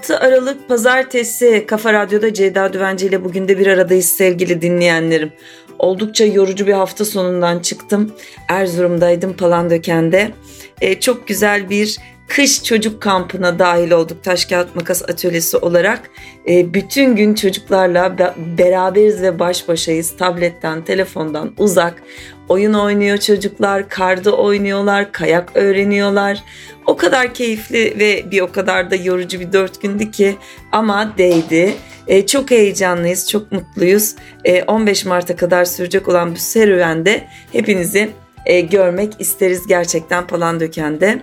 26 Aralık Pazartesi Kafa Radyo'da Ceyda Düvenci ile bugün de bir aradayız sevgili dinleyenlerim. Oldukça yorucu bir hafta sonundan çıktım. Erzurum'daydım, Palandöken'de. Çok güzel bir kış çocuk kampına dahil olduk Taş Kağıt Makas atölyesi olarak. Bütün gün çocuklarla beraberiz ve baş başayız. Tabletten, telefondan uzak. Oyun oynuyor çocuklar, karda oynuyorlar, kayak öğreniyorlar. O kadar keyifli ve bir o kadar da yorucu bir 4 gündü ki ama değdi. Çok heyecanlıyız, çok mutluyuz. 15 Mart'a kadar sürecek olan bu serüvende hepinizi görmek isteriz gerçekten Palandöken'de.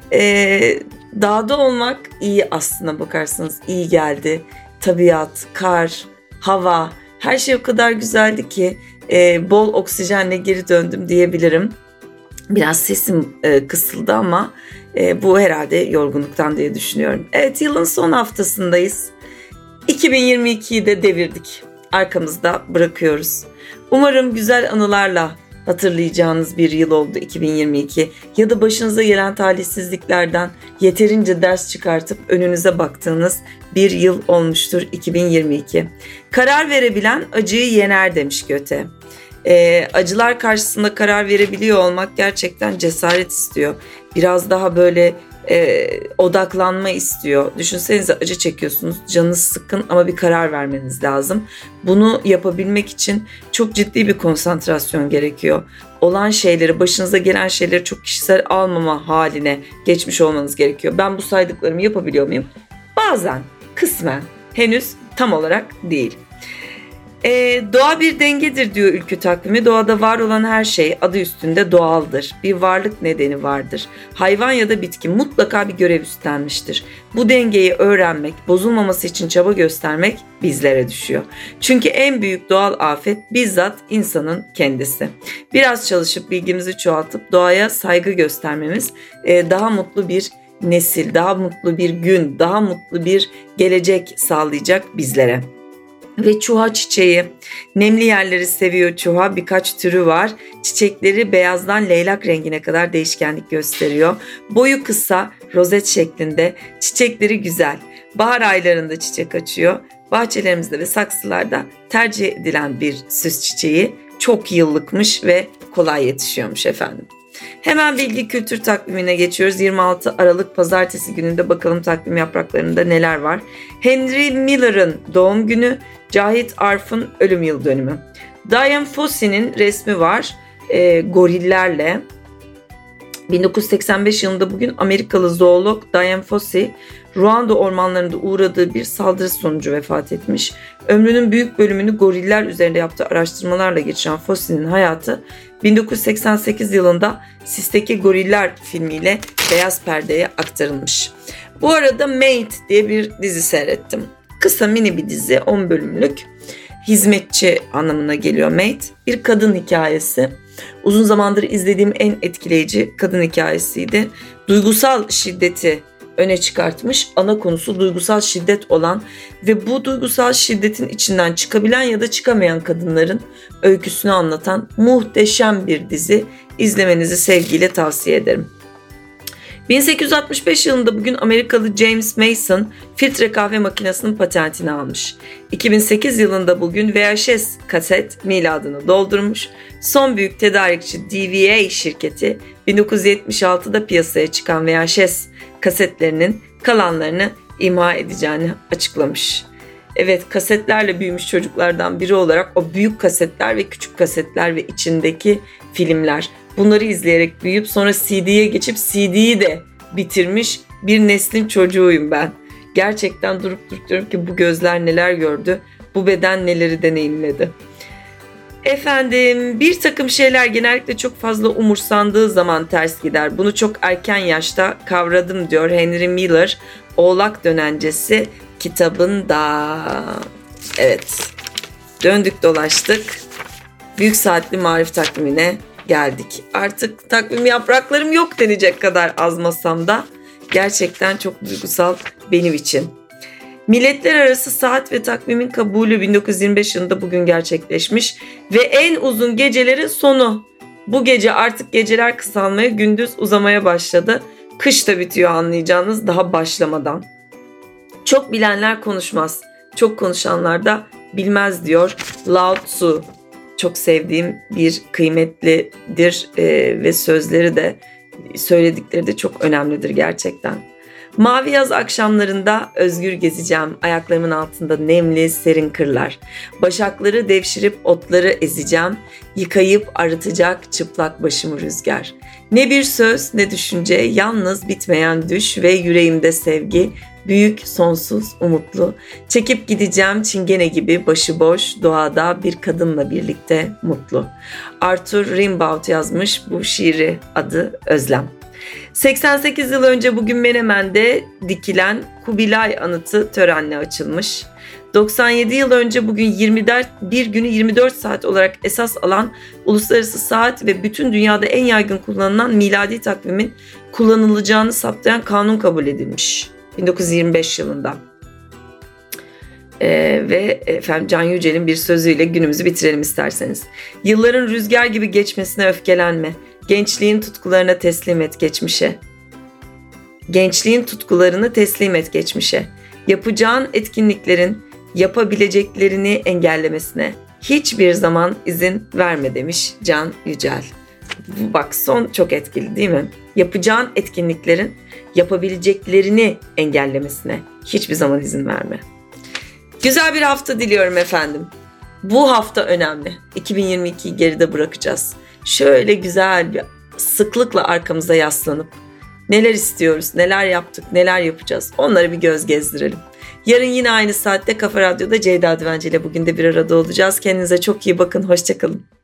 Dağda olmak iyi aslına bakarsanız, iyi geldi. Tabiat, kar, hava, her şey o kadar güzeldi ki bol oksijenle geri döndüm diyebilirim. Biraz sesim kısıldı ama bu herhalde yorgunluktan diye düşünüyorum. Evet, yılın son haftasındayız. 2022'yi de devirdik. Arkamızda bırakıyoruz. Umarım güzel anılarla hatırlayacağınız bir yıl oldu 2022. Ya da başınıza gelen talihsizliklerden yeterince ders çıkartıp önünüze baktığınız bir yıl olmuştur 2022. Karar verebilen acıyı yener demiş Göte. Acılar karşısında karar verebiliyor olmak gerçekten cesaret istiyor. Biraz daha böyle odaklanma istiyor. Düşünsenize, acı çekiyorsunuz, canınız sıkkın ama bir karar vermeniz lazım. Bunu yapabilmek için çok ciddi bir konsantrasyon gerekiyor. Olan şeyleri, başınıza gelen şeyleri çok kişisel almama haline geçmiş olmanız gerekiyor. Ben bu saydıklarımı yapabiliyor muyum? Bazen, kısmen, henüz tam olarak değil. Doğa bir dengedir diyor Ülkü Takvimi. Doğada var olan her şey adı üstünde doğaldır. Bir varlık nedeni vardır. Hayvan ya da bitki mutlaka bir görev üstlenmiştir. Bu dengeyi öğrenmek, bozulmaması için çaba göstermek bizlere düşüyor. Çünkü en büyük doğal afet bizzat insanın kendisi. Biraz çalışıp bilgimizi çoğaltıp doğaya saygı göstermemiz daha mutlu bir nesil, daha mutlu bir gün, daha mutlu bir gelecek sağlayacak bizlere. Ve çuha çiçeği. Nemli yerleri seviyor çuha. Birkaç türü var. Çiçekleri beyazdan leylak rengine kadar değişkenlik gösteriyor. Boyu kısa, rozet şeklinde. Çiçekleri güzel. Bahar aylarında çiçek açıyor. Bahçelerimizde ve saksılarda tercih edilen bir süs çiçeği. Çok yıllıkmış ve kolay yetişiyormuş efendim. Hemen bilgi kültür takvimine geçiyoruz. 26 Aralık Pazartesi gününde bakalım takvim yapraklarında neler var. Henry Miller'ın doğum günü, Cahit Arf'ın ölüm yıl dönümü. Dian Fossey'nin resmi var gorillerle. 1985 yılında bugün Amerikalı zoolog Dian Fossey, Ruanda ormanlarında uğradığı bir saldırı sonucu vefat etmiş. Ömrünün büyük bölümünü goriller üzerinde yaptığı araştırmalarla geçiren Fossey'nin hayatı 1988 yılında Sis'teki Goriller filmiyle beyaz perdeye aktarılmış. Bu arada Maid diye bir dizi seyrettim. Kısa mini bir dizi, 10 bölümlük. Hizmetçi anlamına geliyor Maid. Bir kadın hikayesi. Uzun zamandır izlediğim en etkileyici kadın hikayesiydi. Duygusal şiddeti öne çıkartmış. Ana konusu duygusal şiddet olan ve bu duygusal şiddetin içinden çıkabilen ya da çıkamayan kadınların öyküsünü anlatan muhteşem bir dizi. İzlemenizi sevgiyle tavsiye ederim. 1865 yılında bugün Amerikalı James Mason filtre kahve makinesinin patentini almış. 2008 yılında bugün VHS kaset miladını doldurmuş. Son büyük tedarikçi DVA şirketi 1976'da piyasaya çıkan VHS kasetlerinin kalanlarını imha edeceğini açıklamış. Evet, kasetlerle büyümüş çocuklardan biri olarak o büyük kasetler ve küçük kasetler ve içindeki filmler, bunları izleyerek büyüyüp sonra CD'ye geçip CD'yi de bitirmiş bir neslin çocuğuyum ben. Gerçekten durup diyorum ki bu gözler neler gördü, bu beden neleri deneyimledi. Efendim, bir takım şeyler genellikle çok fazla umursandığı zaman ters gider. Bunu çok erken yaşta kavradım diyor Henry Miller, Oğlak Dönencesi kitabında. Evet, döndük dolaştık. Büyük Saatli Marif takvimine geldik. Artık takvim yapraklarım yok denecek kadar az masamda. Gerçekten çok duygusal benim için. Milletler Arası Saat ve Takvimin kabulü 1925 yılında bugün gerçekleşmiş ve en uzun gecelerin sonu. Bu gece artık geceler kısalmaya, gündüz uzamaya başladı. Kış da bitiyor anlayacağınız daha başlamadan. Çok bilenler konuşmaz, çok konuşanlar da bilmez diyor Lao Tzu. Çok sevdiğim bir kıymetlidir ve sözleri de söyledikleri de çok önemlidir gerçekten. Mavi yaz akşamlarında özgür gezeceğim, ayaklarımın altında nemli serin kırlar. Başakları devşirip otları ezeceğim, yıkayıp arıtacak çıplak başımı rüzgar. Ne bir söz ne düşünce, yalnız bitmeyen düş ve yüreğimde sevgi, büyük, sonsuz, umutlu. Çekip gideceğim çingene gibi başıboş, doğada bir kadınla birlikte mutlu. Arthur Rimbaud yazmış bu şiiri, adı Özlem. 88 yıl önce bugün Menemen'de dikilen Kubilay Anıtı törenle açılmış. 97 yıl önce bugün bir günü 24 saat olarak esas alan uluslararası saat ve bütün dünyada en yaygın kullanılan miladi takvimin kullanılacağını saptayan kanun kabul edilmiş. 1925 yılında. Ve efendim Can Yücel'in bir sözüyle günümüzü bitirelim isterseniz. Yılların rüzgar gibi geçmesine öfkelenme. Gençliğin tutkularına teslim et geçmişe. Gençliğin tutkularını teslim et geçmişe. Yapacağın etkinliklerin yapabileceklerini engellemesine hiçbir zaman izin verme demiş Can Yücel. Bak son çok etkili değil mi? Yapacağın etkinliklerin yapabileceklerini engellemesine hiçbir zaman izin verme. Güzel bir hafta diliyorum efendim. Bu hafta önemli. 2022'yi geride bırakacağız. Şöyle güzel bir sıklıkla arkamıza yaslanıp neler istiyoruz, neler yaptık, neler yapacağız onları bir göz gezdirelim. Yarın yine aynı saatte Kafa Radyo'da Ceyda Düvenci ile bugün de bir arada olacağız. Kendinize çok iyi bakın, hoşça kalın.